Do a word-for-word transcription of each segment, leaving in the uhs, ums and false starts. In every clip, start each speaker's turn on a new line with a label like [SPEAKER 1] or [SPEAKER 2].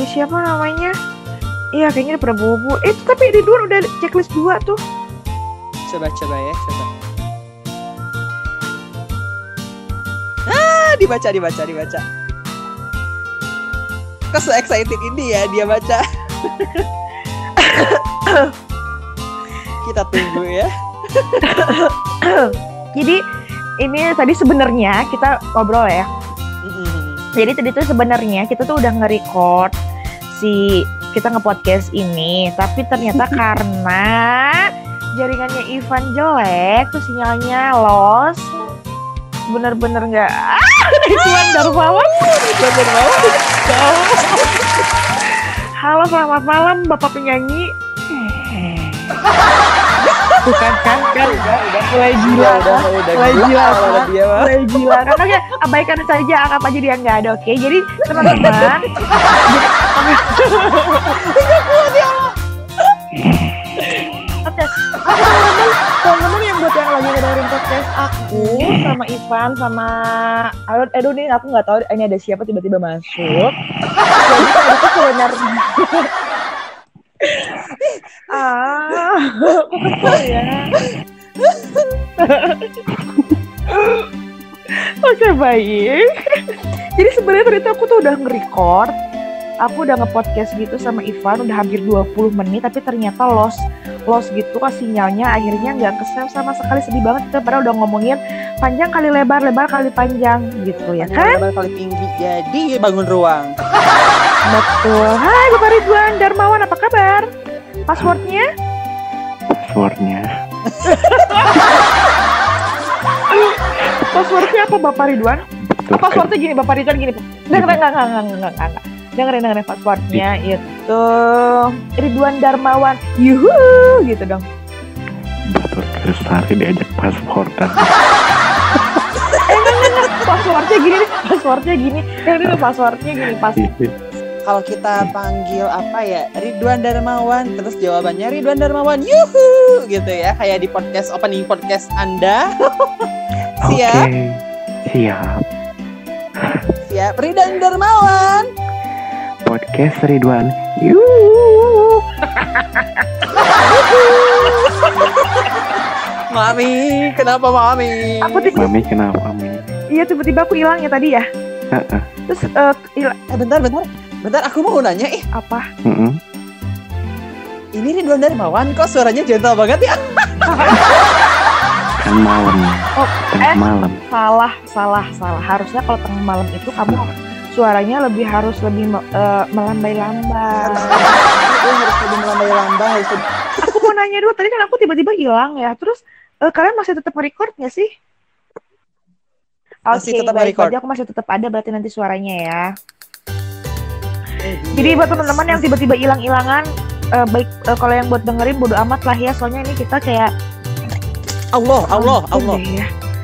[SPEAKER 1] siapa namanya? Iya kayaknya udah pernah bobo. Eh tapi Ridwan udah checklist dua tuh.
[SPEAKER 2] Coba-coba ya, coba. Ah, dibaca, dibaca, dibaca. Kok so excited ini ya dia baca. Kita tunggu ya.
[SPEAKER 1] Jadi ini tadi sebenarnya kita ngobrol ya. Mm-hmm. Jadi tadi tuh sebenarnya kita tuh udah nge-record si kita nge-podcast ini, tapi ternyata karena jaringannya Ivan jelek, tuh sinyalnya lost, bener-bener nggak. Ivan Darmawan, Ivan Darmawan. Halo, selamat malam Bapak penyanyi. Bukan kan kan udah udah mulai gila
[SPEAKER 2] udah,
[SPEAKER 1] kan?
[SPEAKER 2] udah, udah
[SPEAKER 1] mulai
[SPEAKER 2] gila,
[SPEAKER 1] gila kan?
[SPEAKER 2] dia mah.
[SPEAKER 1] Mulai gila kan? Oke, abaikan saja, anggap aja dia nggak ada. Oke, jadi teman-teman. Oke, teman-teman yang buat yang lagi ngedengerin podcast aku sama Ivan sama Aduh, aduh nih aku nggak tahu ini ada siapa tiba-tiba masuk. Jadi itu sebenarnya. Ah, kok ya. Oke baik. Jadi sebenarnya tadi aku tuh udah nge-record, aku udah nge-podcast gitu sama Ivan udah hampir dua puluh menit, tapi ternyata lost lost gitu kan sinyalnya, akhirnya nggak ke-save sama sekali, sedih banget. Kita padahal udah ngomongin panjang kali lebar, lebar kali panjang gitu ya kan?
[SPEAKER 2] Lebar kali tinggi, jadi bangun ruang.
[SPEAKER 1] Betul. Hai Bapak Ridwan Darmawan, apa kabar? Passwordnya?
[SPEAKER 3] Passwordnya.
[SPEAKER 1] Passwordnya apa Bapak Ridwan? Oh, passwordnya gini Bapak Ridwan gini. Dengerin enggak enggak enggak enggak enggak. Dengerin dengerin passwordnya itu Ridwan Darmawan. Yuhu gitu dong.
[SPEAKER 3] Batur Kesari diajak passwordan.
[SPEAKER 1] Eh enggak enggak passwordnya gini nih, passwordnya gini. Dengerin passwordnya gini pas.
[SPEAKER 2] Kalau kita panggil apa ya, Ridwan Darmawan, terus jawabannya Ridwan Darmawan, yuhu, gitu ya, kayak di podcast opening podcast Anda. Siap?
[SPEAKER 3] Oke, siap.
[SPEAKER 2] Siap, Ridwan Darmawan.
[SPEAKER 3] Podcast Ridwan, yuhu.
[SPEAKER 2] Mami, kenapa Mami?
[SPEAKER 1] Aku tiba-
[SPEAKER 3] Mami kenapa Mami?
[SPEAKER 1] Iya tiba-tiba aku hilang ya tadi ya.
[SPEAKER 3] Uh-uh.
[SPEAKER 1] Terus uh, hilang.
[SPEAKER 2] Eh bentar, bentar. Bentar, aku mau nanya, eh
[SPEAKER 1] Apa?
[SPEAKER 3] Uh-uh.
[SPEAKER 2] ini Ridwan Darmawan kok suaranya gentle banget ya?
[SPEAKER 3] Kan malam.
[SPEAKER 1] Oh,
[SPEAKER 3] Tengah
[SPEAKER 1] eh
[SPEAKER 3] malam.
[SPEAKER 1] salah, salah, salah. Harusnya kalau tengah malam itu kamu suaranya lebih harus lebih uh, melambai-lambai.
[SPEAKER 2] Aku harus lebih melambai-lambai. Harus lebih...
[SPEAKER 1] Aku mau nanya dulu, tadi kan aku tiba-tiba hilang ya. Terus uh, kalian masih tetap record nggak sih?
[SPEAKER 2] Masih
[SPEAKER 1] Oke,
[SPEAKER 2] tetap
[SPEAKER 1] baik,
[SPEAKER 2] record.
[SPEAKER 1] berarti aku masih tetap ada berarti nanti suaranya ya. Jadi buat teman-teman yang tiba-tiba hilang-hilangan, uh, baik uh, kalau yang buat dengerin bodo amat lah ya, soalnya ini kita kayak
[SPEAKER 2] Allah, Allah, Allah.
[SPEAKER 1] Ya.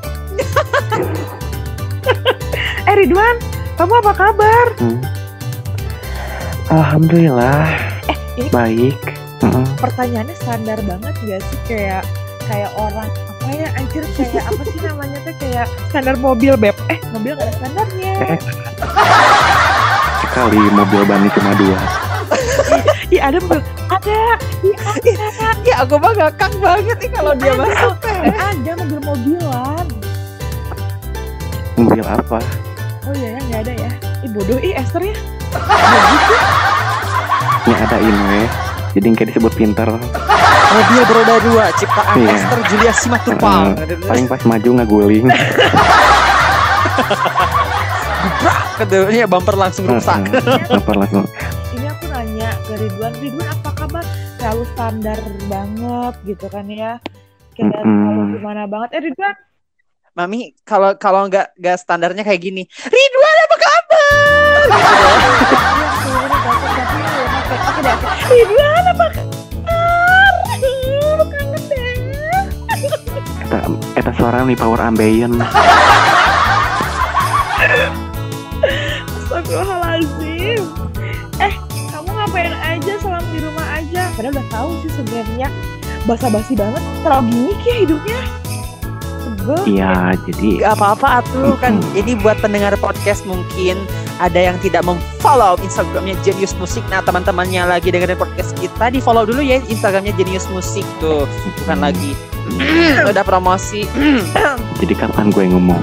[SPEAKER 1] Eh Ridwan, kamu apa kabar?
[SPEAKER 3] Hmm. Alhamdulillah.
[SPEAKER 1] Eh ini
[SPEAKER 3] baik. Uh-uh.
[SPEAKER 1] pertanyaannya standar banget gak sih, kayak kayak orang apa ya anjir, kayak apa sih namanya tuh, kayak standar mobil beb. Eh mobil gak ada standarnya.
[SPEAKER 3] Eh. Sekali mobil bani cuma dua.
[SPEAKER 1] Iya ada mobil, ada, iya ada.
[SPEAKER 2] Ya aku mah ngakak banget nih kalau dia masuk.
[SPEAKER 1] Eh, ada mobil-mobilan.
[SPEAKER 3] Mobil apa?
[SPEAKER 1] Oh iya ya nggak ada ya. Ih bodoh, ih Esther ya.
[SPEAKER 3] Yang ada Inwe. Jadi kayak disebut pintar.
[SPEAKER 2] Mobil beroda dua, ciptaan
[SPEAKER 3] Iya.
[SPEAKER 2] Esther Julia Simatupang.
[SPEAKER 3] Uh, paling pas maju ngaguling.
[SPEAKER 2] Keduanya bumper langsung rusak.
[SPEAKER 3] Uh, bumper langsung.
[SPEAKER 1] Ini aku nanya ke Ridwan, Ridwan apa kabar? Selalu standar banget gitu kan ya. Kayak
[SPEAKER 3] Mm-mm.
[SPEAKER 1] selalu gimana banget. Eh Ridwan.
[SPEAKER 2] Mami, kalau kalau nggak nggak standarnya kayak gini, Ridwan apa kabar?
[SPEAKER 1] Oke deh. Ridwan apa kabar? Kangen deh.
[SPEAKER 3] Eta, eta suara nih power ambeien.
[SPEAKER 1] Astagfirullahaladzim. Eh, kamu ngapain aja selama di rumah aja? Padahal udah tahu sih sebenarnya basa-basi banget, terlalu gimmick ya hidupnya. Sebel Gue
[SPEAKER 3] Iya, jadi
[SPEAKER 2] Gak apa-apa atuh kan. Jadi buat pendengar podcast mungkin ada yang tidak memfollow Instagramnya Genius Musik. Nah teman-temannya lagi dengerin podcast kita, di follow dulu ya Instagramnya Genius Musik tuh. Bukan lagi udah promosi.
[SPEAKER 3] jadi kapan gue ngomong?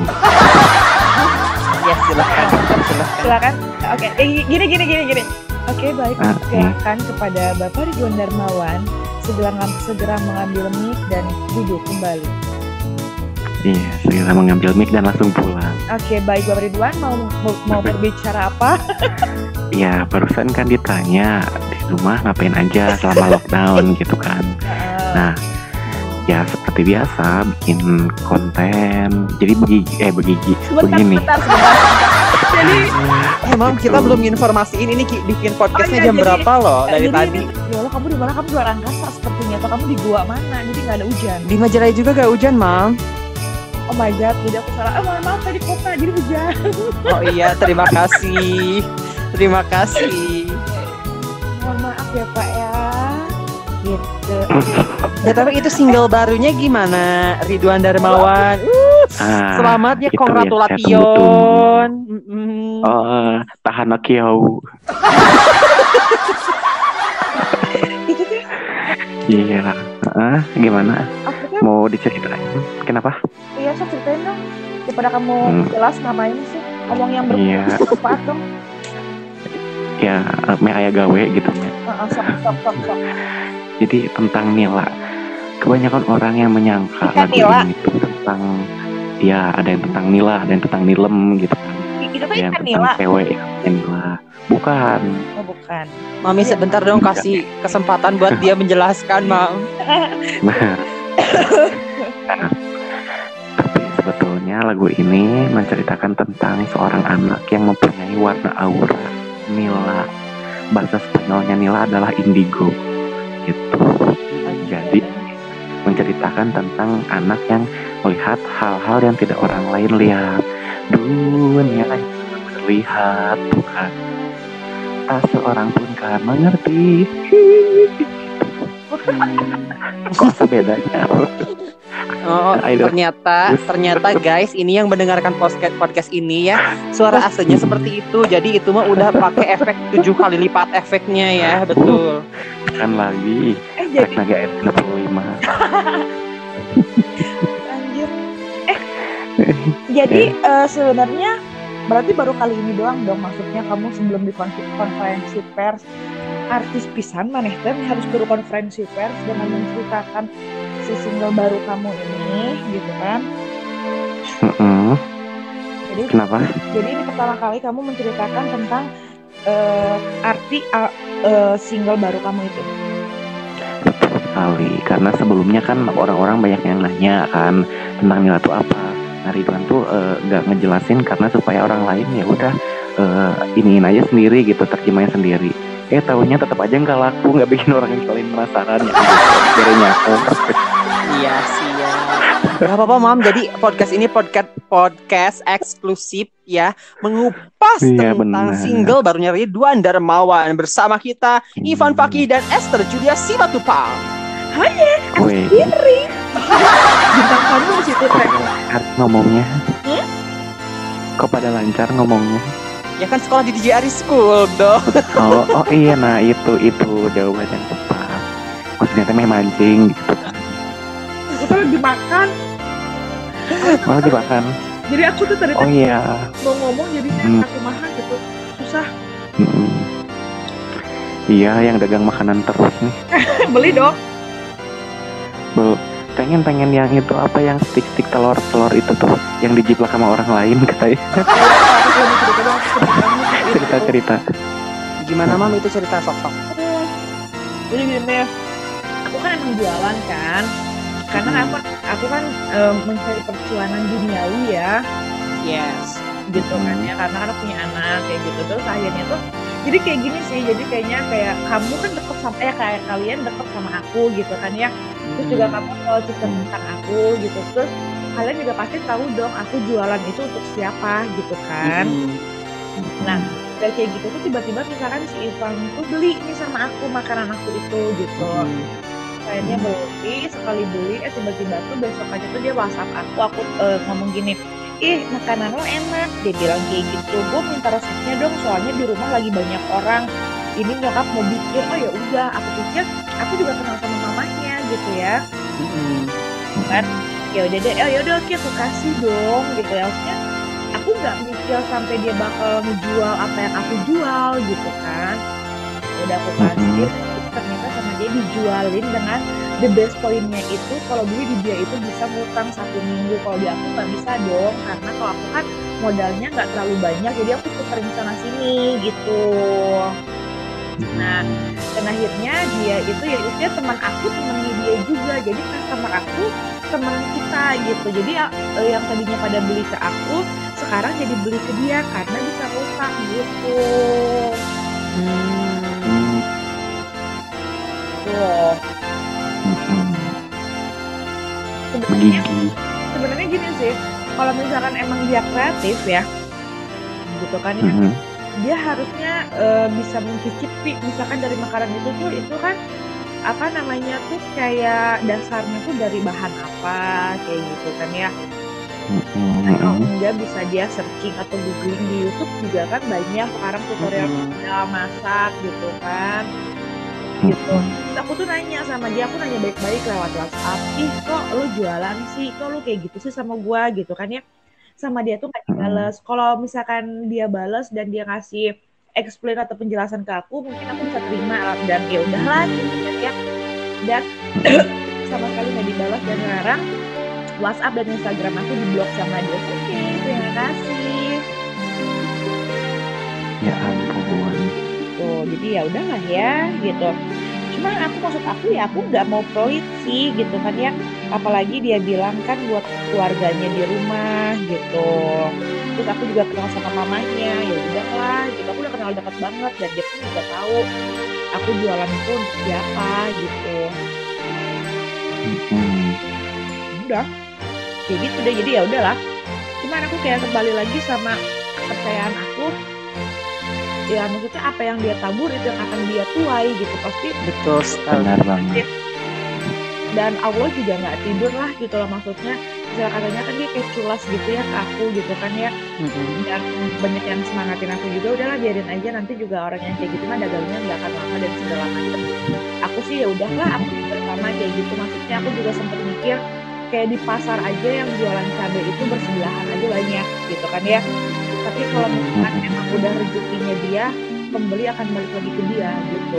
[SPEAKER 2] Ya silakan, silakan.
[SPEAKER 1] silakan. Oke, eh, gini gini gini gini. Oke, baik.
[SPEAKER 3] Ah,
[SPEAKER 1] Silakan kepada Bapak Ridwan Darmawan segera segera mengambil mic dan duduk kembali.
[SPEAKER 3] Iya, segera mengambil mic dan langsung pulang.
[SPEAKER 1] Oke, baik Bapak Ridwan, mau mau, mau berbicara apa?
[SPEAKER 3] Iya, barusan kan ditanya di rumah ngapain aja selama lockdown gitu kan. Nah, ya seperti biasa bikin konten. Jadi begigi, eh begigi,
[SPEAKER 1] Sebentar,
[SPEAKER 3] begini.
[SPEAKER 1] sebentar, sebentar. Jadi,
[SPEAKER 2] Eh mam, kita
[SPEAKER 3] Gitu.
[SPEAKER 2] belum informasiin ini Ki, bikin podcastnya
[SPEAKER 1] Oh, iya,
[SPEAKER 2] jam
[SPEAKER 1] jadi-
[SPEAKER 2] berapa loh dari
[SPEAKER 1] jadi
[SPEAKER 2] tadi.
[SPEAKER 1] ini- ya Allah, kamu di mana? Kamu di luar angkasa sepertinya, atau kamu di gua mana? Jadi nggak ada hujan.
[SPEAKER 2] Di Majalaya juga gak hujan mam.
[SPEAKER 1] Oh my god, jadi aku salah. Oh mohon maaf, tadi kota, jadi hujan.
[SPEAKER 2] Oh iya, terima kasih. Terima kasih.
[SPEAKER 1] Mohon maaf ya Pak ya. Gitu.
[SPEAKER 2] Ya tapi itu single barunya gimana? Ridwan Darmawan. Uh,
[SPEAKER 3] Ah,
[SPEAKER 2] selamat ya,
[SPEAKER 3] itu yang saya
[SPEAKER 2] congratulation. Mm-mm.
[SPEAKER 3] Oh, eh, tahan kiau.
[SPEAKER 1] Itu tuh,
[SPEAKER 3] Iya, Heeh, gimana?
[SPEAKER 1] aku tuh,
[SPEAKER 3] Mau diceritain? Kenapa?
[SPEAKER 1] iya sok ceritain dong. Daripada kamu
[SPEAKER 3] Hmm.
[SPEAKER 1] jelas ngapain sih? Ngomong yang
[SPEAKER 3] Iya.
[SPEAKER 1] bermanfaat dong.
[SPEAKER 3] Ya, eh, me aya gawe gitu ya.
[SPEAKER 1] Heeh, sok sok sok sok.
[SPEAKER 3] Jadi tentang Nila. Kebanyakan orang yang menyangka
[SPEAKER 1] Ikan
[SPEAKER 3] lagu
[SPEAKER 1] nila.
[SPEAKER 3] ini tuh tentang, ya ada yang tentang Nila, ada yang tentang Nilem gitu kan.
[SPEAKER 1] I- Itu tuh
[SPEAKER 3] Ada yang
[SPEAKER 1] ikan
[SPEAKER 3] tentang
[SPEAKER 1] nila.
[SPEAKER 3] cewek yang Nila. Bukan.
[SPEAKER 1] Oh bukan.
[SPEAKER 2] Mami sebentar dong kasih kesempatan buat dia menjelaskan, Mam.
[SPEAKER 3] Nah, tapi sebetulnya lagu ini menceritakan tentang seorang anak yang mempunyai warna aura Nila. Bahasa Spanyolnya Nila adalah indigo. Gitu. Jadi menceritakan tentang anak yang melihat hal-hal yang tidak orang lain lihat. Dunia yang terlihat bukan. Tak seorang pun kan mengerti. Kok ada bedanya?
[SPEAKER 2] Oh,
[SPEAKER 3] I don't-
[SPEAKER 2] ternyata ternyata guys, ini yang mendengarkan podcast podcast ini ya, suara aslinya seperti itu. Jadi itu mah udah pakai efek tujuh kali lipat efeknya ya, betul.
[SPEAKER 3] Kan lagi
[SPEAKER 1] Eh jadi
[SPEAKER 3] Rek Naga R enam puluh lima.
[SPEAKER 1] anjir. Eh jadi eh, sebenarnya berarti baru kali ini doang dong, maksudnya kamu sebelum di konf- konferensi pers artis pisan maneh teh harus berkonferensi pers dengan menceritakan si single baru kamu ini gitu kan.
[SPEAKER 3] Mm-mm.
[SPEAKER 1] Jadi
[SPEAKER 3] Kenapa?
[SPEAKER 1] jadi ini pertama kali kamu menceritakan tentang eh, arti uh, eh, single baru kamu itu.
[SPEAKER 3] Betul sekali. Karena sebelumnya kan orang-orang banyak yang nanya kan tentang Nila itu apa. Nah Ridwan tuh eh, nggak ngejelasin karena supaya orang lain ya udah eh, iniin aja sendiri gitu, terjemahin sendiri. Eh tahunya tetap aja nggak laku, nggak bikin orang yang lain penasaran ya. Akhirnya aku.
[SPEAKER 2] Iya sih ya. Gak apa-apa Mam, jadi podcast ini podcast podcast eksklusif ya, mengupas
[SPEAKER 3] Iya,
[SPEAKER 2] tentang
[SPEAKER 3] benar.
[SPEAKER 2] single barunya Ridwan Darmawan bersama kita Ivan
[SPEAKER 3] Hmm.
[SPEAKER 2] Fakih dan Esther Julia Simatupang.
[SPEAKER 3] Weh,
[SPEAKER 1] Sendiri. Bintang kamu di situ
[SPEAKER 3] kok
[SPEAKER 1] teh.
[SPEAKER 3] lancar ngomongnya?
[SPEAKER 1] Hmm?
[SPEAKER 3] Kok pada lancar ngomongnya?
[SPEAKER 2] Ya kan sekolah di D J Ari School dong.
[SPEAKER 3] Oh, oh iya, nah itu itu jawaban yang tepat. Maksudnya teh meh mancing gitu kan.
[SPEAKER 1] Itu dimakan.
[SPEAKER 3] Malah dimakan.
[SPEAKER 1] Jadi aku tuh tadi
[SPEAKER 3] Oh iya.
[SPEAKER 1] mau ngomong jadinya
[SPEAKER 3] Hmm.
[SPEAKER 1] aku mahal gitu. Susah.
[SPEAKER 3] Mm-mm. Iya, yang dagang makanan terus nih.
[SPEAKER 1] Beli dong.
[SPEAKER 3] Bel, pengen pengen yang itu apa yang stick-stick telur telur itu tuh yang dijiplak sama orang lain katanya. Cerita cerita.
[SPEAKER 2] Gimana Mam itu cerita sok-sok?
[SPEAKER 1] Jadi gini, aku kan emang jualan kan. Karena
[SPEAKER 2] Hmm.
[SPEAKER 1] aku aku kan eh, mencari percuanan duniawi ya,
[SPEAKER 2] Yes.
[SPEAKER 1] gitu kan ya. Karena kan aku punya anak kayak gitu. Terus akhirnya tuh jadi kayak gini sih. Jadi kayaknya kayak kamu kan deket sama ya kayak kalian deket sama aku gitu kan ya. Terus juga kamu tahu cerita tentang aku gitu. Terus kalian juga pasti tahu dong aku jualan itu untuk siapa gitu kan.
[SPEAKER 2] Mm-mm.
[SPEAKER 1] Nah dari kayak gitu tuh tiba-tiba misalkan si Ivan tuh beli nih sama aku makanan aku itu gitu.
[SPEAKER 2] Mm.
[SPEAKER 1] akhirnya beli, sekali beli, eh tiba-tiba tuh besok aja tuh dia WhatsApp aku, aku uh, ngomong gini, ih makanan lo enak, dia bilang kayak gitu, gue minta resepnya dong, soalnya di rumah lagi banyak orang, ini nyokap mau bikin, oh ya udah, aku pikir, aku juga kenal sama mamanya gitu ya,
[SPEAKER 2] Mm-mm.
[SPEAKER 1] kan, ya udah deh, oh ya udah oke aku kasih dong gitu ya, maksudnya aku nggak mikir sampai dia bakal ngejual apa yang aku jual gitu kan, udah aku kasih, ternyata sama dia dijualin dengan the best pointnya itu kalau beli di dia itu bisa ngutang satu minggu, kalau di aku nggak bisa dong karena kalau aku kan modalnya nggak terlalu banyak jadi aku puterin sana sini gitu. Nah dan akhirnya dia itu ya dia teman aku temennya dia juga, jadi customer aku teman kita gitu, jadi eh, yang tadinya pada beli ke aku sekarang jadi beli ke dia karena bisa ngutang gitu.
[SPEAKER 2] Hmm.
[SPEAKER 1] Wow. Sebenarnya sebenarnya gini sih, kalau misalkan emang dia kreatif ya, gitu kan ya,
[SPEAKER 3] Mhm.
[SPEAKER 1] dia harusnya uh, bisa mencicipi, misalkan dari makanan itu tuh itu kan apa namanya tuh kayak dasarnya tuh dari bahan apa kayak gitu kan ya.
[SPEAKER 3] Mhm.
[SPEAKER 1] Kalau enggak bisa dia searching atau googling di YouTube juga kan banyak sekarang tutorial tutorial masak gitu kan. Gitu. Terus aku tuh nanya sama dia, aku nanya baik-baik lewat WhatsApp, ih kok lu jualan sih, kok lu kayak gitu sih sama gua gitu kan ya. Sama dia tuh gak dibales. Kalau misalkan dia bales dan dia ngasih explain atau penjelasan ke aku, mungkin aku bisa terima dan ya udahlah gitu kan ya. Dan sama sekali gak dibalas dan sekarang WhatsApp dan Instagram aku diblok sama dia. Oke, okay, terima kasih.
[SPEAKER 3] Ya ampun.
[SPEAKER 1] Tuh, jadi ya udahlah ya gitu. Cuma aku maksud aku ya aku nggak mau pelit sih gitu kan ya. Apalagi dia bilang kan buat keluarganya di rumah gitu. Terus aku juga kenal sama mamanya, ya udahlah gitu. Aku udah kenal dekat banget dan dia pun juga tahu aku jualan itu untuk siapa gitu.
[SPEAKER 3] Hmm.
[SPEAKER 1] Udah, kayak gitu deh. Jadi ya udahlah. Cuman aku kayak kembali lagi sama kepercayaan aku. Ya maksudnya apa yang dia tabur itu yang akan dia tuai gitu pasti.
[SPEAKER 2] Betul sekali.
[SPEAKER 3] Benar banget.
[SPEAKER 1] Dan Allah juga nggak tidur lah gitu loh, maksudnya misalnya katanya kan dia kayak culas gitu ya ke aku gitu kan ya. Mm-hmm. Dan banyak yang semangatin aku juga, udahlah biarin aja nanti juga orang yang kayak gitu mah dagangnya nggak akan lama dan segala macam. Aku sih ya udahlah, aku juga sama kayak gitu, maksudnya aku juga sempat mikir kayak di pasar aja yang jualan cabai itu bersebelahan aja banyak gitu kan ya. Tapi kalau misalkan emang udah rezekinya dia, pembeli akan balik lagi ke dia gitu.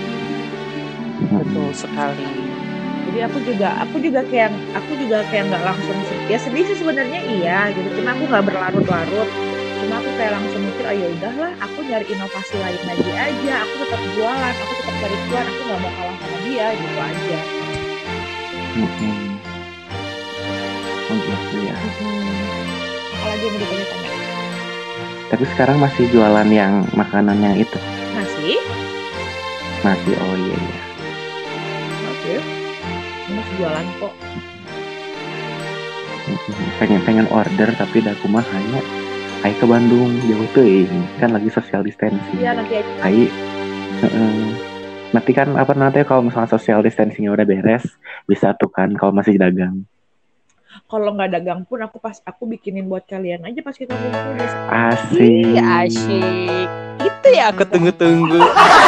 [SPEAKER 2] Betul sekali.
[SPEAKER 1] Jadi aku juga, aku juga kayak, aku juga kayak nggak langsung ya sedih sih sebenarnya iya gitu. Cuma aku nggak berlarut-larut. Cuma aku kayak langsung mikir, oh ya udahlah, aku nyari inovasi lain lagi aja. Aku tetap jualan, aku tetap cari cuan, aku nggak mau kalah sama dia gitu aja.
[SPEAKER 3] Hmm. Oh gitu ya.
[SPEAKER 1] Hmm. Apalagi yang mau ditanya-tanya?
[SPEAKER 3] Tapi sekarang masih jualan yang makanan yang itu?
[SPEAKER 1] Masih?
[SPEAKER 3] Masih, oh iya iya.
[SPEAKER 1] Masih. Masih jualan kok.
[SPEAKER 3] Pengen pengen order tapi dah kumaha hanya ayo ke Bandung jauh teuing kan lagi social distancing.
[SPEAKER 1] Iya nanti aja.
[SPEAKER 3] Ayo. Uh, nanti kan apa nanti kalau misalnya social distancingnya udah beres bisa tuh kan kalau masih dagang.
[SPEAKER 1] Kalau nggak dagang pun aku pas aku bikinin buat kalian aja pas kita kumpul deh.
[SPEAKER 3] Asik.
[SPEAKER 2] Asyik. Itu ya aku tunggu-tunggu.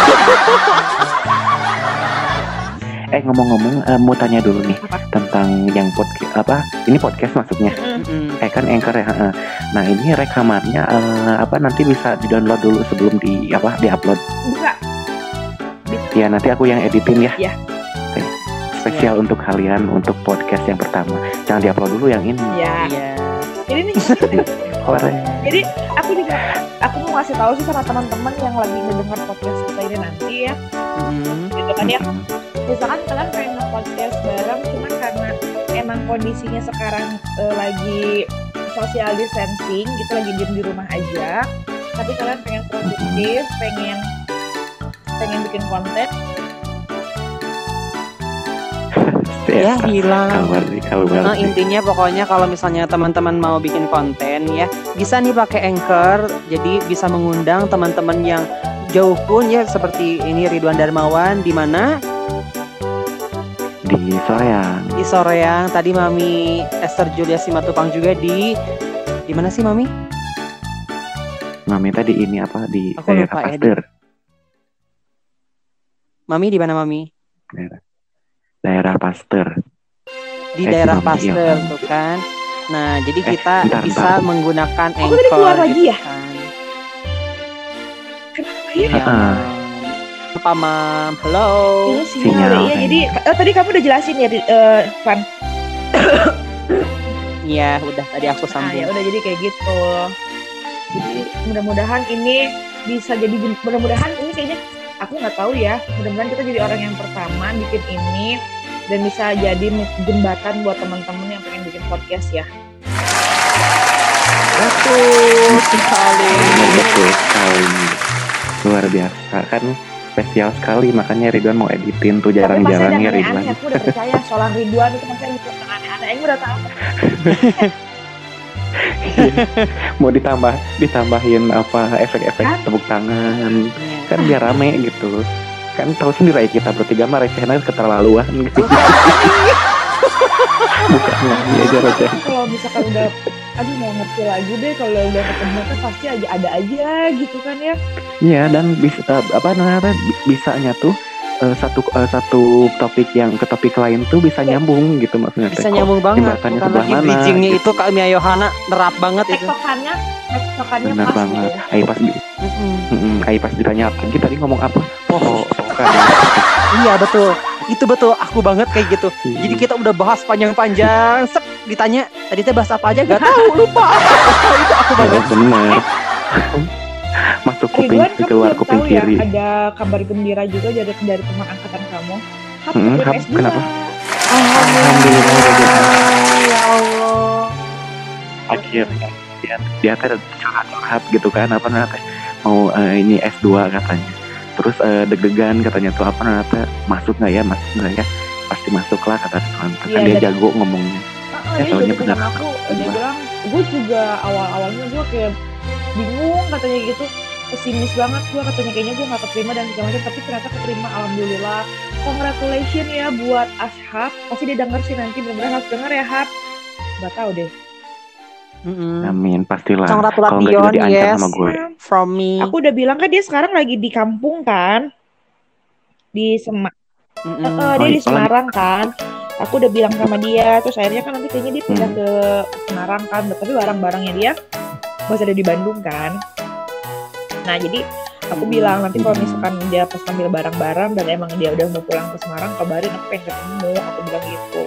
[SPEAKER 3] Eh ngomong-ngomong uh, mau tanya dulu nih
[SPEAKER 1] apa?
[SPEAKER 3] Tentang yang podcast apa? Ini podcast maksudnya.
[SPEAKER 2] Mm-hmm.
[SPEAKER 3] Eh kan Anchor ya. Uh. Nah ini rekamannya uh, apa nanti bisa di-download dulu sebelum di apa di-upload?
[SPEAKER 1] Bisa.
[SPEAKER 3] Bisa. Ya nanti aku yang editin ya.
[SPEAKER 1] Ya.
[SPEAKER 3] Oke. Okay. Spesial ya. Untuk kalian untuk podcast yang pertama. Jangan di-upload dulu yang ini.
[SPEAKER 1] Ya.
[SPEAKER 2] Iya.
[SPEAKER 1] Jadi nih.
[SPEAKER 3] Keren.
[SPEAKER 1] Jadi aku juga aku mau ngasih tahu sih sama teman-teman yang lagi mendengar podcast kita ini nanti ya.
[SPEAKER 2] Mm-hmm.
[SPEAKER 1] Gitu kan ya. Misalkan kalian pengen nge-podcast bareng, cuman karena emang kondisinya sekarang uh, lagi social distancing gitu, lagi diem di rumah aja, tapi kalian pengen produktif, pengen pengen bikin konten,
[SPEAKER 2] ya hilang.
[SPEAKER 3] Nah,
[SPEAKER 2] intinya pokoknya kalau misalnya teman-teman mau bikin konten ya bisa nih pakai Anchor, jadi bisa mengundang teman-teman yang jauh pun ya seperti ini Ridwan Darmawan di mana
[SPEAKER 3] di Soreang.
[SPEAKER 2] Di Soreang. Tadi Mami Esther Julia Simatupang juga di di mana sih Mami?
[SPEAKER 3] Mami tadi ini apa di
[SPEAKER 2] Aku
[SPEAKER 3] daerah
[SPEAKER 2] lupa ya,
[SPEAKER 3] Pasteur.
[SPEAKER 2] Mami di mana Mami?
[SPEAKER 3] Daerah, daerah Pasteur.
[SPEAKER 2] Di
[SPEAKER 3] Eh,
[SPEAKER 2] daerah
[SPEAKER 3] si Mami,
[SPEAKER 2] Pasteur
[SPEAKER 3] iya.
[SPEAKER 2] tuh kan. Nah, jadi
[SPEAKER 3] Eh,
[SPEAKER 2] kita
[SPEAKER 3] bentar,
[SPEAKER 2] bisa
[SPEAKER 3] bentar.
[SPEAKER 2] menggunakan
[SPEAKER 1] Aku tadi
[SPEAKER 2] Anchor
[SPEAKER 1] keluar lagi
[SPEAKER 2] gitu
[SPEAKER 1] ya?
[SPEAKER 2] kan.
[SPEAKER 1] Iya.
[SPEAKER 2] Iya.
[SPEAKER 3] Heeh.
[SPEAKER 2] Apa Mam? Halo.
[SPEAKER 1] Ini sinyal.
[SPEAKER 3] Sinyal,
[SPEAKER 1] Iya,
[SPEAKER 3] kan.
[SPEAKER 1] jadi eh, tadi kamu udah jelasin ya, eh, Van.
[SPEAKER 2] Iya, udah tadi aku
[SPEAKER 1] Nah,
[SPEAKER 2] sambung.
[SPEAKER 1] ya udah jadi kayak gitu. Jadi mudah-mudahan ini bisa jadi mudah-mudahan ini kayaknya aku nggak tahu ya. Mudah-mudahan kita jadi orang yang pertama bikin ini dan bisa jadi jembatan buat teman-teman yang pengen bikin podcast ya.
[SPEAKER 2] Betul sekali.
[SPEAKER 3] Benar, betul sekali. Luar biasa kan, spesial sekali, makanya Ridwan mau editin tuh
[SPEAKER 1] Tapi masih ada
[SPEAKER 3] jarang-jarang ya
[SPEAKER 1] yang
[SPEAKER 3] Ridwan.
[SPEAKER 1] aneh, aku udah percaya soal Ridwan itu masih ada yang aneh-aneh. Aku udah tahu.
[SPEAKER 3] Mau ditambah ditambahin apa efek-efek
[SPEAKER 1] Kan?
[SPEAKER 3] tepuk tangan
[SPEAKER 2] Iya.
[SPEAKER 3] kan biar rame gitu kan, tahu sendiri aja kita bertiga mah recehnya keterlaluan gitu. Bukan lagi aja receh.
[SPEAKER 1] Kalau misalkan udah aduh mau ngerti lagi deh, kalau udah ketemu kan pasti aja ada aja gitu kan ya.
[SPEAKER 3] Iya, dan bisa eh, apa namanya bi- bisanya tuh eh, satu eh, satu topik yang ke topik lain tuh bisa nyambung gitu maksudnya.
[SPEAKER 2] Bisa
[SPEAKER 3] teh. Kok
[SPEAKER 2] nyambung banget.
[SPEAKER 3] jembatannya
[SPEAKER 2] Bukan
[SPEAKER 3] sebelah
[SPEAKER 2] lagi
[SPEAKER 3] mana,
[SPEAKER 2] bridgingnya
[SPEAKER 3] gitu.
[SPEAKER 2] itu Kak Mia Yohana nerap banget itu.
[SPEAKER 1] Tektokannya, tektokannya
[SPEAKER 3] Benar
[SPEAKER 1] pas
[SPEAKER 3] banget.
[SPEAKER 1] gitu.
[SPEAKER 3] Ayo pas di,
[SPEAKER 2] Mm-mm.
[SPEAKER 3] mm-mm, ayo pas ditanya lagi tadi ngomong apa?
[SPEAKER 2] Oh,
[SPEAKER 3] Oh, oh kan.
[SPEAKER 2] iya betul. Itu betul. Aku banget kayak gitu. Jadi kita udah bahas panjang-panjang. Sep, ditanya tadi teh bahas apa aja gak tahu, lupa. Itu aku banget.
[SPEAKER 3] Oh, bener. Masuk kuping
[SPEAKER 1] Ridwan, kamu
[SPEAKER 3] keluar
[SPEAKER 1] belum
[SPEAKER 3] kuping
[SPEAKER 1] tahu ya,
[SPEAKER 3] kiri.
[SPEAKER 1] ada kabar gembira juga dari dari teman angkatan kamu. Hap,
[SPEAKER 3] Hmm,
[SPEAKER 1] dari
[SPEAKER 3] Hap,
[SPEAKER 1] S dua.
[SPEAKER 3] kenapa?
[SPEAKER 2] Alhamdulillah. Ya Allah.
[SPEAKER 3] Akhirnya dia dia teh curhat-curhat gitu kan, apa namanya teh, mau eh, ini S dua katanya. Terus eh, deg-degan katanya tuh apa namanya teh, masuk nggak ya, masuk nggak ya? Pasti masuk lah kata teman. Kan
[SPEAKER 1] Iya,
[SPEAKER 3] dia
[SPEAKER 1] dan-
[SPEAKER 3] jago ngomongnya.
[SPEAKER 1] Ah,
[SPEAKER 3] Ya,
[SPEAKER 1] dia
[SPEAKER 3] taunya
[SPEAKER 1] juga
[SPEAKER 3] benar.
[SPEAKER 1] sama aku, dia bilang, gue juga awal-awalnya gue kayak bingung katanya gitu, pesimis banget gue katanya, kayaknya gue gak keterima dan segala macam, tapi ternyata keterima, alhamdulillah. Congratulations ya buat Ashab, pasti dia denger sih nanti, bener-bener harus denger ya Hap. Gak tahu deh.
[SPEAKER 2] Mm-mm.
[SPEAKER 3] Amin, pastilah.
[SPEAKER 2] Congratulation,
[SPEAKER 3] Kalau nggak juga diancam
[SPEAKER 2] yes.
[SPEAKER 3] sama gue.
[SPEAKER 2] From me.
[SPEAKER 1] Aku udah bilang kan dia sekarang lagi di kampung kan, di Sema-
[SPEAKER 2] Mm-mm.
[SPEAKER 1] Eh,
[SPEAKER 3] Oh,
[SPEAKER 1] dia di
[SPEAKER 3] iya.
[SPEAKER 1] Semarang kan. Aku udah bilang sama dia, terus akhirnya kan nanti kayaknya dia pindah
[SPEAKER 3] Hmm.
[SPEAKER 1] ke Semarang kan, tapi barang-barangnya dia masih ada di Bandung kan. Nah jadi aku
[SPEAKER 2] Hmm.
[SPEAKER 1] bilang nanti kalau
[SPEAKER 3] Hmm.
[SPEAKER 1] misalkan dia pas ambil barang-barang dan emang dia udah mau pulang ke Semarang, kabarin aku pengen ketemu, aku bilang gitu.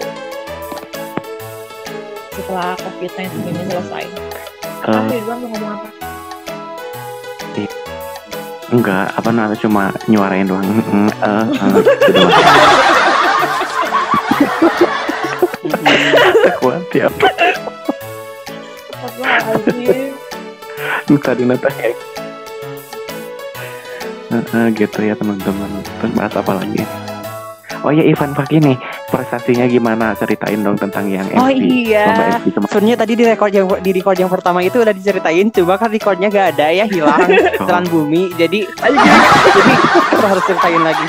[SPEAKER 1] Setelah covid sembilan belas ini selesai.
[SPEAKER 3] Eh,
[SPEAKER 1] Ah, Ridwan mau ngomong apa?
[SPEAKER 3] enggak, apa namanya cuma nyuarain doang. Mm, eh, eh, gitu doang. Kuat ya.
[SPEAKER 1] Astagfirullahaladzim.
[SPEAKER 3] Tadi nata kayak Heeh, gitu ya teman-teman. Terus bahas apa lagi? Oh ya, Ivan Faki nih, prestasinya gimana? Ceritain dong tentang yang M V.
[SPEAKER 2] Oh iya.
[SPEAKER 3] Lomba M V kemarin.
[SPEAKER 2] Sebenarnya tadi di record yang di record yang pertama itu udah diceritain, coba kan recordnya gak ada ya, hilang telan bumi. Jadi jadi aku harus ceritain lagi.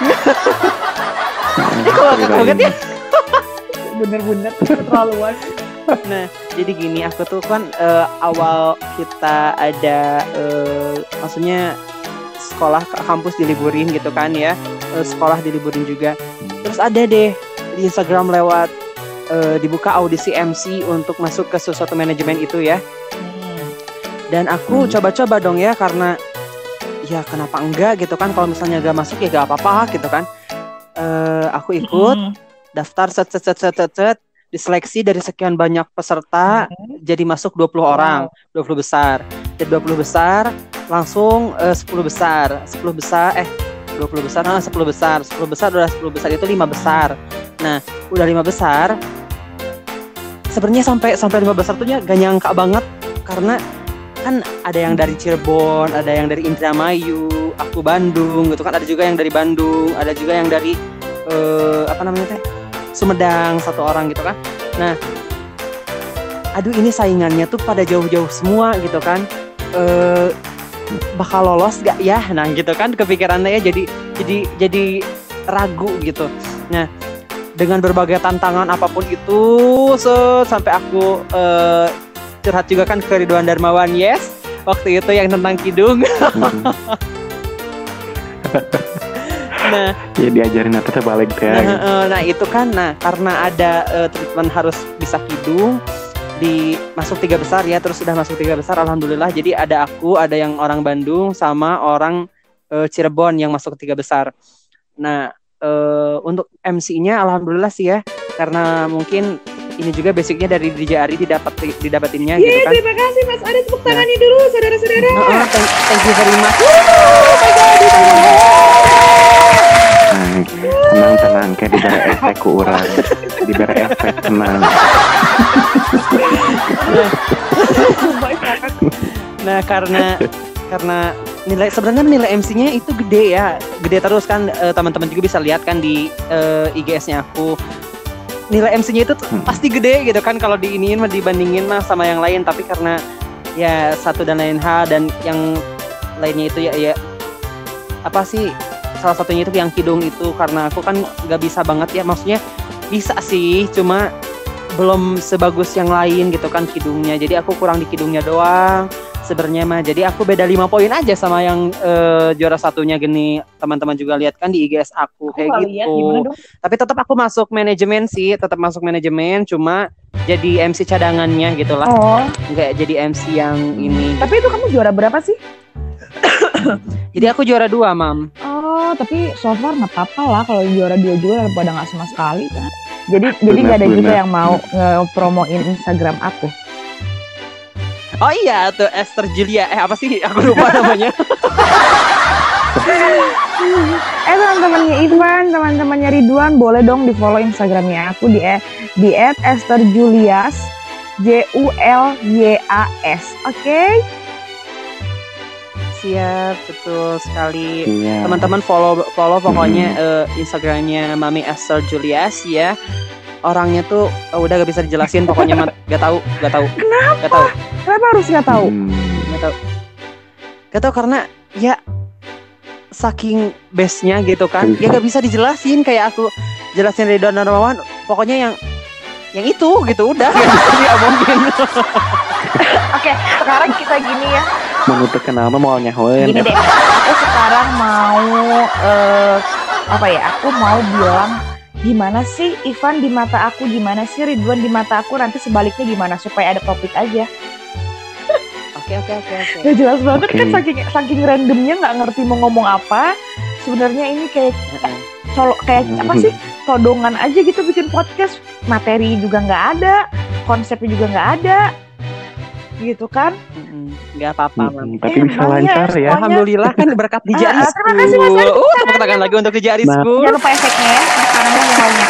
[SPEAKER 2] Ini kok ngakak banget ya?
[SPEAKER 1] Bener-bener keterlaluan.
[SPEAKER 2] Nah, jadi gini, aku tuh kan eh, awal kita ada eh, maksudnya sekolah ke kampus diliburin gitu kan ya. Eh, sekolah diliburin juga. Terus ada deh di Instagram lewat eh, dibuka audisi M C untuk masuk ke sesuatu manajemen itu ya.
[SPEAKER 1] Hmm.
[SPEAKER 2] Dan aku
[SPEAKER 3] Hmm.
[SPEAKER 2] coba-coba dong ya, karena ya kenapa enggak gitu kan, kalau misalnya gak masuk ya gak apa-apa gitu kan. Eh, aku ikut
[SPEAKER 1] Hmm.
[SPEAKER 2] daftar set set set set set, set diseleksi dari sekian banyak peserta jadi masuk dua puluh orang, dua puluh besar. Dari dua puluh besar langsung eh, sepuluh besar, sepuluh besar eh dua puluh besar, nah sepuluh besar, sepuluh besar udah sepuluh besar itu lima besar. Nah, udah lima besar. Sebenarnya sampai sampai lima besar tuh ya gak nyangka banget, karena kan ada yang dari Cirebon, ada yang dari Indramayu, aku Bandung gitu kan, ada juga yang dari Bandung, ada juga yang dari eh, apa namanya teh? Sumedang satu orang gitu kan. Nah, aduh ini saingannya tuh pada jauh-jauh semua gitu kan. Eh bakal lolos gak ya? Nah gitu kan kepikirannya ya, jadi jadi jadi ragu gitu. Nah dengan berbagai tantangan apapun itu, so, sampai aku uh, curhat juga kan ke Ridwan Darmawan, yes, waktu itu yang tentang kidung. Nah,
[SPEAKER 3] ya diajarin apa terbalik teh.
[SPEAKER 2] Nah, uh, nah itu kan, nah karena ada uh, treatment harus bisa kidung di masuk tiga besar ya, terus sudah masuk tiga besar, alhamdulillah. Jadi ada aku, ada yang orang Bandung sama orang uh, Cirebon yang masuk tiga besar. Nah, uh, untuk M C-nya alhamdulillah sih ya, karena mungkin ini juga basicnya dari D J Ari didapat didapatinnya
[SPEAKER 1] yeah,
[SPEAKER 2] gitu kan.
[SPEAKER 1] Terima kasih Mas Ari, tepuk tangannya dulu saudara-saudara.
[SPEAKER 2] Uh, uh, thank, thank you very much.
[SPEAKER 3] Tenang tenang kayak diberi efek ku urang, diberi efek tenang.
[SPEAKER 2] Nah karena karena nilai sebenarnya nilai M C-nya itu gede ya, gede terus kan, uh, teman-teman juga bisa lihat kan di uh, I G S-nya aku. Nilai M C-nya itu hmm. pasti gede gitu kan kalau diiniin mah dibandingin mah sama yang lain, tapi karena ya satu dan lain hal dan yang lainnya itu ya ya apa sih, salah satunya itu yang kidung itu, karena aku kan nggak bisa banget ya, maksudnya bisa sih cuma belum sebagus yang lain gitu kan kidungnya, jadi aku kurang di kidungnya doang sebenarnya mah. Jadi aku beda lima poin aja sama yang uh, juara satunya gini, teman-teman juga lihat kan di I G S aku kayak
[SPEAKER 1] oh,
[SPEAKER 2] gitu.
[SPEAKER 1] Lihat,
[SPEAKER 2] tapi tetap aku masuk manajemen sih, tetap masuk manajemen, cuma jadi M C cadangannya gitulah.
[SPEAKER 1] Oh.
[SPEAKER 2] Nggak jadi M C yang ini.
[SPEAKER 1] Tapi itu kamu juara berapa sih?
[SPEAKER 2] Jadi aku juara dua, Mam.
[SPEAKER 1] Oh, tapi so far nggak apa-apa lah kalau juara dua juga daripada nggak sama sekali kan. Jadi benar, jadi nggak ada benar. Juga yang mau nge-promoin Instagram aku.
[SPEAKER 2] Oh iya, tuh Esther Julia. Eh apa sih? Aku lupa namanya.
[SPEAKER 1] eh teman-temannya Ivan, teman-temannya Ridwan, boleh dong di follow Instagramnya aku di di et esther julias J U L Y A S. Oke? Okay?
[SPEAKER 2] Siap, betul sekali.
[SPEAKER 3] Siap.
[SPEAKER 2] Teman-teman follow follow pokoknya hmm. uh, Instagramnya Mami Esther Julias ya. Orangnya tuh uh, udah gak bisa dijelasin, pokoknya mat, gak tahu, gak tahu.
[SPEAKER 1] Kenapa?
[SPEAKER 2] Gak tahu.
[SPEAKER 1] Kenapa harus gak tahu?
[SPEAKER 3] Hmm.
[SPEAKER 2] Gak tahu. Gak tahu karena ya saking base-nya gitu kan. Ya gak bisa dijelasin kayak aku jelasin Ridwan Darmawan, pokoknya yang yang itu gitu udah gak bisa diomongin.
[SPEAKER 1] Oke, sekarang kita gini ya.
[SPEAKER 3] Menutup kenal mau nyahoin.
[SPEAKER 1] Gini deh, aku sekarang mau uh, apa ya? Aku mau bilang gimana sih Ivan di mata aku, gimana sih Ridwan di mata aku, nanti sebaliknya gimana supaya ada topik aja.
[SPEAKER 2] Oke oke oke oke.
[SPEAKER 1] Gak jelas banget
[SPEAKER 3] okay.
[SPEAKER 1] kan, saking saking randomnya nggak ngerti mau ngomong apa. Sebenarnya ini kayak colok kayak apa sih? Todongan aja gitu bikin podcast, materi juga nggak ada, konsepnya juga nggak ada. Gitu kan?
[SPEAKER 2] Nggak apa-apa,
[SPEAKER 3] hmm, tapi eh, bisa lancar ya.
[SPEAKER 2] ya. Alhamdulillah kan berkat D J Arisku.
[SPEAKER 1] Uh, terima kasih Mas Ari.
[SPEAKER 2] Uh, tepuk tangan lagi untuk D J Arisku.
[SPEAKER 1] Jangan lupa efeknya ya. Makanannya maunya.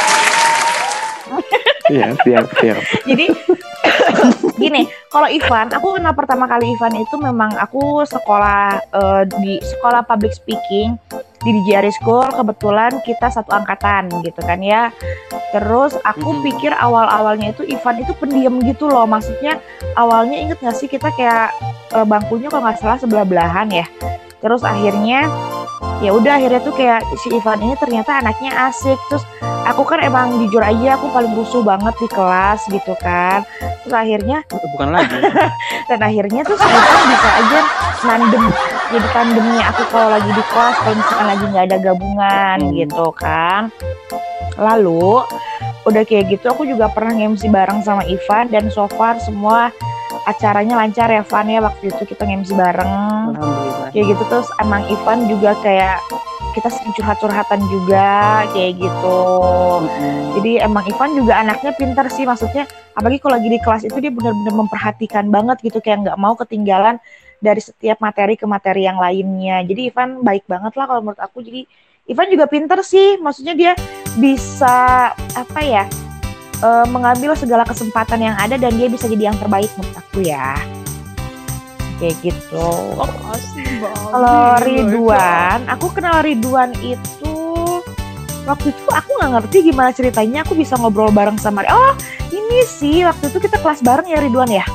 [SPEAKER 3] Iya, siap, siap.
[SPEAKER 1] Jadi gini, kalau Ivan, aku kenal pertama kali Ivan itu memang aku sekolah uh, di sekolah public speaking di D J Ari School, kebetulan kita satu angkatan gitu kan ya. Terus aku mm-hmm. pikir awal-awalnya itu Ivan itu pendiam gitu loh, maksudnya awalnya inget gak sih kita kayak uh, bangkunya kalau nggak salah sebelah-belahan ya. Terus akhirnya ya udah akhirnya tuh kayak si Ivan ini ternyata anaknya asik. Terus aku kan emang jujur aja aku paling rusuh banget di kelas gitu kan. Terus akhirnya
[SPEAKER 2] bukan lagi.
[SPEAKER 1] Dan akhirnya tuh si Ivan bisa aja nandem, jadi tandemnya aku kalau lagi di kelas kalau misalkan lagi nggak ada gabungan hmm. gitu kan. Lalu udah kayak gitu aku juga pernah nge-M C bareng sama Ivan dan so far semua acaranya lancar ya Van ya, waktu itu kita nge-M C bareng.
[SPEAKER 2] Alhamdulillah.
[SPEAKER 1] Kayak gitu, terus emang Ivan juga kayak kita sering curhat-curhatan juga kayak gitu. Mm-hmm. Jadi emang Ivan juga anaknya pintar sih, maksudnya apalagi kalau lagi di kelas itu dia benar-benar memperhatikan banget gitu, kayak nggak mau ketinggalan dari setiap materi ke materi yang lainnya. Jadi Ivan baik banget lah kalau menurut aku. Jadi Ivan juga pintar sih, maksudnya dia bisa apa ya, e, mengambil segala kesempatan yang ada dan dia bisa jadi yang terbaik menurut aku ya. Kayak gitu. Kalau Ridwan, aku kenal Ridwan itu waktu itu aku nggak ngerti gimana ceritanya aku bisa ngobrol bareng sama. Oh ini sih waktu itu kita kelas bareng ya Ridwan ya.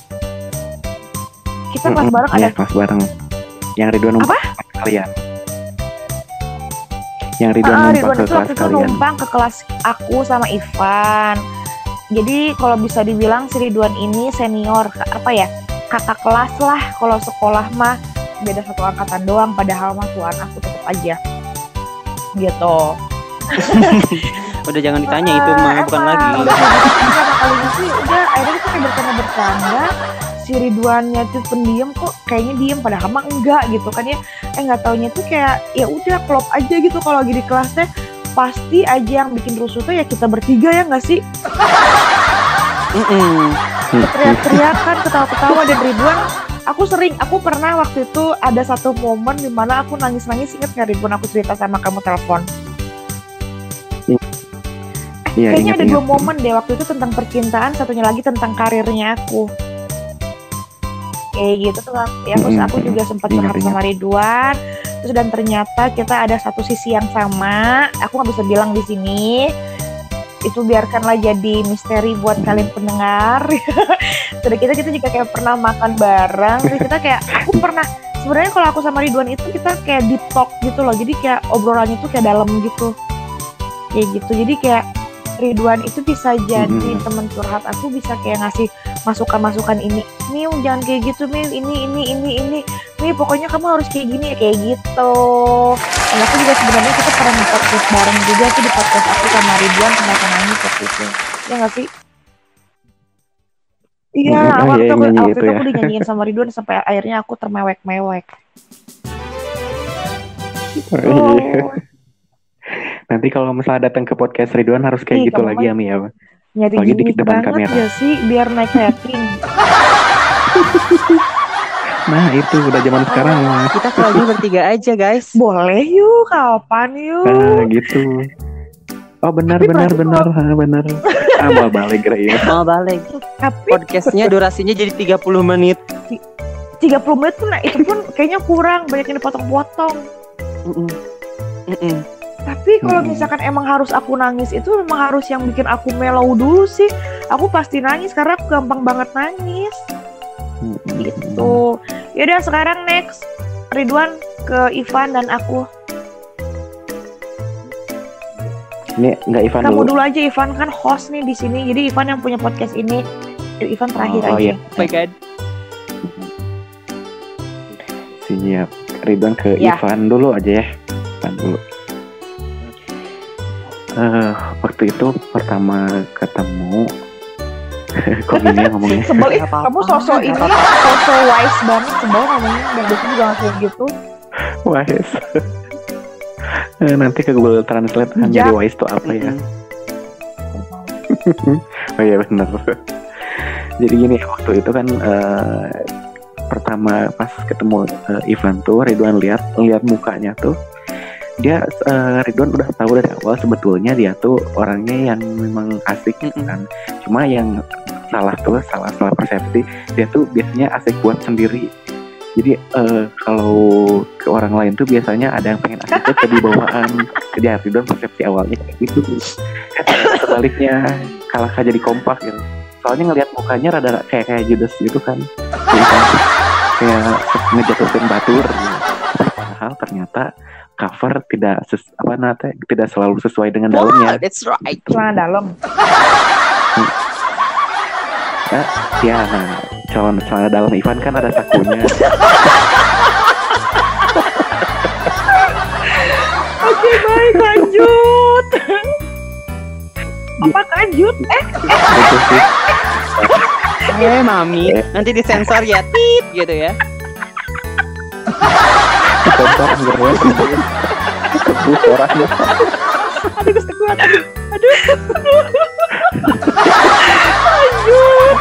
[SPEAKER 1] Kita kelas bareng
[SPEAKER 3] iya,
[SPEAKER 1] ada
[SPEAKER 3] kelas bareng. Yang Ridwan
[SPEAKER 1] apa?
[SPEAKER 3] Kalian. Yang Ridwan
[SPEAKER 1] Ah,
[SPEAKER 3] numpang
[SPEAKER 1] Ridwan
[SPEAKER 3] ke
[SPEAKER 1] itu
[SPEAKER 3] kelas
[SPEAKER 1] waktu itu
[SPEAKER 3] kalian.
[SPEAKER 1] numpang ke kelas aku sama Ivan. Jadi kalau bisa dibilang si Ridwan ini senior, apa ya, kakak kelas lah. Kalau sekolah mah beda satu angkatan doang, padahal mah tuan aku tetap aja gitu.
[SPEAKER 2] Udah jangan ditanya itu mah,
[SPEAKER 1] Ah,
[SPEAKER 2] bukan
[SPEAKER 1] emang,
[SPEAKER 2] lagi.
[SPEAKER 1] udah kayak gitu pertama kalinya sih udah akhirnya kita kayak bercanda-bercanda. Si Ridwannya tuh pendiam, kok kayaknya diem padahal mah enggak gitu kan ya. Eh nggak taunya tuh kayak ya udah klop aja gitu kalau lagi di kelas teh pasti aja yang bikin rusuh tuh ya kita bertiga ya nggak sih?
[SPEAKER 2] Mm-mm.
[SPEAKER 1] Teriak-teriakan, ketawa-ketawa. Dan Ridwan, aku sering, aku pernah waktu itu ada satu momen dimana aku nangis-nangis. Ingat nggak Ridwan aku cerita sama kamu telepon?
[SPEAKER 3] Iya,
[SPEAKER 1] Kayaknya
[SPEAKER 3] ingat,
[SPEAKER 1] ada
[SPEAKER 3] ingat.
[SPEAKER 1] dua momen deh, waktu itu tentang percintaan, satunya lagi tentang karirnya aku. Kayak gitu tuh ya, terus aku
[SPEAKER 3] Mm-mm.
[SPEAKER 1] juga sempat
[SPEAKER 3] Ingat,
[SPEAKER 1] curhat sama Ridwan. Terus dan ternyata kita ada satu sisi yang sama. Aku nggak bisa bilang di sini. Itu biarkanlah jadi misteri buat kalian pendengar. Sudah kita kita juga kayak pernah makan bareng. Terus kita kayak aku pernah sebenarnya kalau aku sama Ridwan itu kita kayak deep talk gitu loh. Jadi kayak obrolannya tuh kayak dalam gitu. Kayak gitu. Jadi kayak Ridwan itu bisa jadi
[SPEAKER 3] Mm-mm.
[SPEAKER 1] teman curhat aku, bisa kayak ngasih masukan-masukan ini, Miu jangan kayak gitu Miu, ini ini ini ini Miu pokoknya kamu harus kayak gini ya, kayak gitu. Dan aku juga sebenarnya kita pernah nge-podcast bareng juga sih di podcast aku sama Ridwan tentang nangis waktu itu, ya nggak sih? Iya,
[SPEAKER 3] Mm, oh
[SPEAKER 1] waktu
[SPEAKER 3] iya,
[SPEAKER 1] aku,
[SPEAKER 3] nyanyi
[SPEAKER 1] waktu
[SPEAKER 3] itu
[SPEAKER 1] itu
[SPEAKER 3] ya.
[SPEAKER 1] aku dinyanyiin sama Ridwan sampai akhirnya aku termewek-mewek.
[SPEAKER 3] Oh, iya. Nanti kalau misalnya datang ke podcast Ridwan harus kayak
[SPEAKER 1] Ih,
[SPEAKER 3] gitu
[SPEAKER 1] kamu
[SPEAKER 3] lagi
[SPEAKER 1] mah
[SPEAKER 3] ya Mi ya.
[SPEAKER 1] nyari
[SPEAKER 3] Apalagi di
[SPEAKER 1] gimmick
[SPEAKER 3] depan
[SPEAKER 1] banget
[SPEAKER 3] kamera.
[SPEAKER 1] ya sih biar naik rating.
[SPEAKER 3] Nah itu udah zaman sekarang.
[SPEAKER 2] Kita keluarnya bertiga aja guys.
[SPEAKER 1] Boleh yuk, kapan yuk?
[SPEAKER 3] Ah gitu. Oh benar
[SPEAKER 1] Tapi
[SPEAKER 3] benar
[SPEAKER 1] pasti
[SPEAKER 3] benar ah, benar. Ah mau balik Ray.
[SPEAKER 2] Mau balik.
[SPEAKER 1] Tapi
[SPEAKER 2] Podcastnya durasinya jadi tiga puluh menit.
[SPEAKER 1] tiga puluh menit pun, nah itu pun kayaknya kurang, banyak yang dipotong-potong.
[SPEAKER 2] Mm-mm. Mm-mm.
[SPEAKER 1] Tapi kalau
[SPEAKER 3] Hmm.
[SPEAKER 1] misalkan emang harus aku nangis, itu memang harus yang bikin aku mellow dulu sih. Aku pasti nangis karena aku gampang banget nangis. Gitu. Yaudah sekarang next Ridwan ke Ivan dan aku.
[SPEAKER 3] Ini nggak Ivan
[SPEAKER 1] Kamu
[SPEAKER 3] dulu.
[SPEAKER 1] dulu aja, Ivan kan host nih di sini. Jadi Ivan yang punya podcast ini. Ivan terakhir
[SPEAKER 3] Oh, oh,
[SPEAKER 1] aja.
[SPEAKER 3] iya.
[SPEAKER 2] Oh my god.
[SPEAKER 3] Siap. Ridwan ke
[SPEAKER 1] Ya.
[SPEAKER 3] Ivan dulu aja ya. Ivan dulu. Eh waktu itu pertama ketemu. Kok gini ya ngomongnya?
[SPEAKER 1] Sebel ih,
[SPEAKER 2] Nggak apa-apa,
[SPEAKER 1] kamu sosok ini,
[SPEAKER 2] nggak apa-apa.
[SPEAKER 1] sosok wise banget, sebel ngomongnya. Dan biasanya juga nggak kayak gitu.
[SPEAKER 3] Wise. Eh, Nanti ke Google Translate kan
[SPEAKER 1] Ya.
[SPEAKER 3] jadi wise itu apa ya?
[SPEAKER 2] Mm-mm.
[SPEAKER 3] Oh iya benar. Jadi gini waktu itu kan eh, pertama pas ketemu eh, Ivan tuh Ridwan lihat lihat mukanya tuh dia eh, Ridwan udah tahu dari awal sebetulnya dia tuh orangnya yang memang asik gitu
[SPEAKER 2] Mm-mm.
[SPEAKER 3] kan. Cuma yang salah tuh salah salah persepsi dia tuh biasanya asik buat sendiri. Jadi eh, kalau ke orang lain tuh biasanya ada yang pengen asik tuh kedibawaan. Jadi Ridwan persepsi awalnya kayak gitu. Sebaliknya kalah jadi kompak gitu. Soalnya ngelihat mukanya rada kayak kayak Judas gitu kan. Jadi kan kayak ngejatuhin batur gitu. Padahal ternyata cover tidak ses, apa nate tidak selalu sesuai dengan
[SPEAKER 2] Wow,
[SPEAKER 3] dalamnya.
[SPEAKER 2] that's right.
[SPEAKER 1] Celana dalam.
[SPEAKER 3] Eh, ya, nah, calon celana dalam Ivan kan ada sakunya.
[SPEAKER 1] Oke baik, lanjut. Apa lanjut? Eh,
[SPEAKER 3] Gitu sih.
[SPEAKER 2] Eh mami, nanti disensor ya, tit gitu ya.
[SPEAKER 3] Contoh ngeruat tebus orangnya.
[SPEAKER 1] aduh kesekuat, aduh, aduh. Lanjut.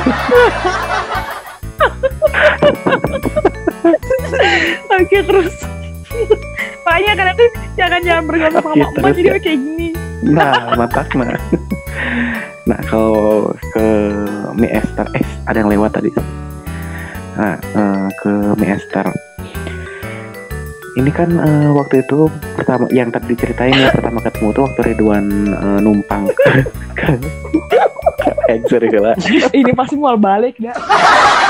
[SPEAKER 1] Oke terus. Makanya kan nanti jangan-jangan bergaul sama
[SPEAKER 3] Oke,
[SPEAKER 1] emak
[SPEAKER 3] terus
[SPEAKER 1] jadi
[SPEAKER 3] ya.
[SPEAKER 1] kayak gini.
[SPEAKER 3] Nah, mantap nah. Nah, kalau ke Mi Esther, eh ada yang lewat tadi. Nah, eh, ke Mi Esther. Ini kan eh, waktu itu pertama yang tadi diceritain ya pertama ketemu tuh waktu Ridwan eh, numpang ke ke Exer gitu lah.
[SPEAKER 1] Ini pasti mau balik dah.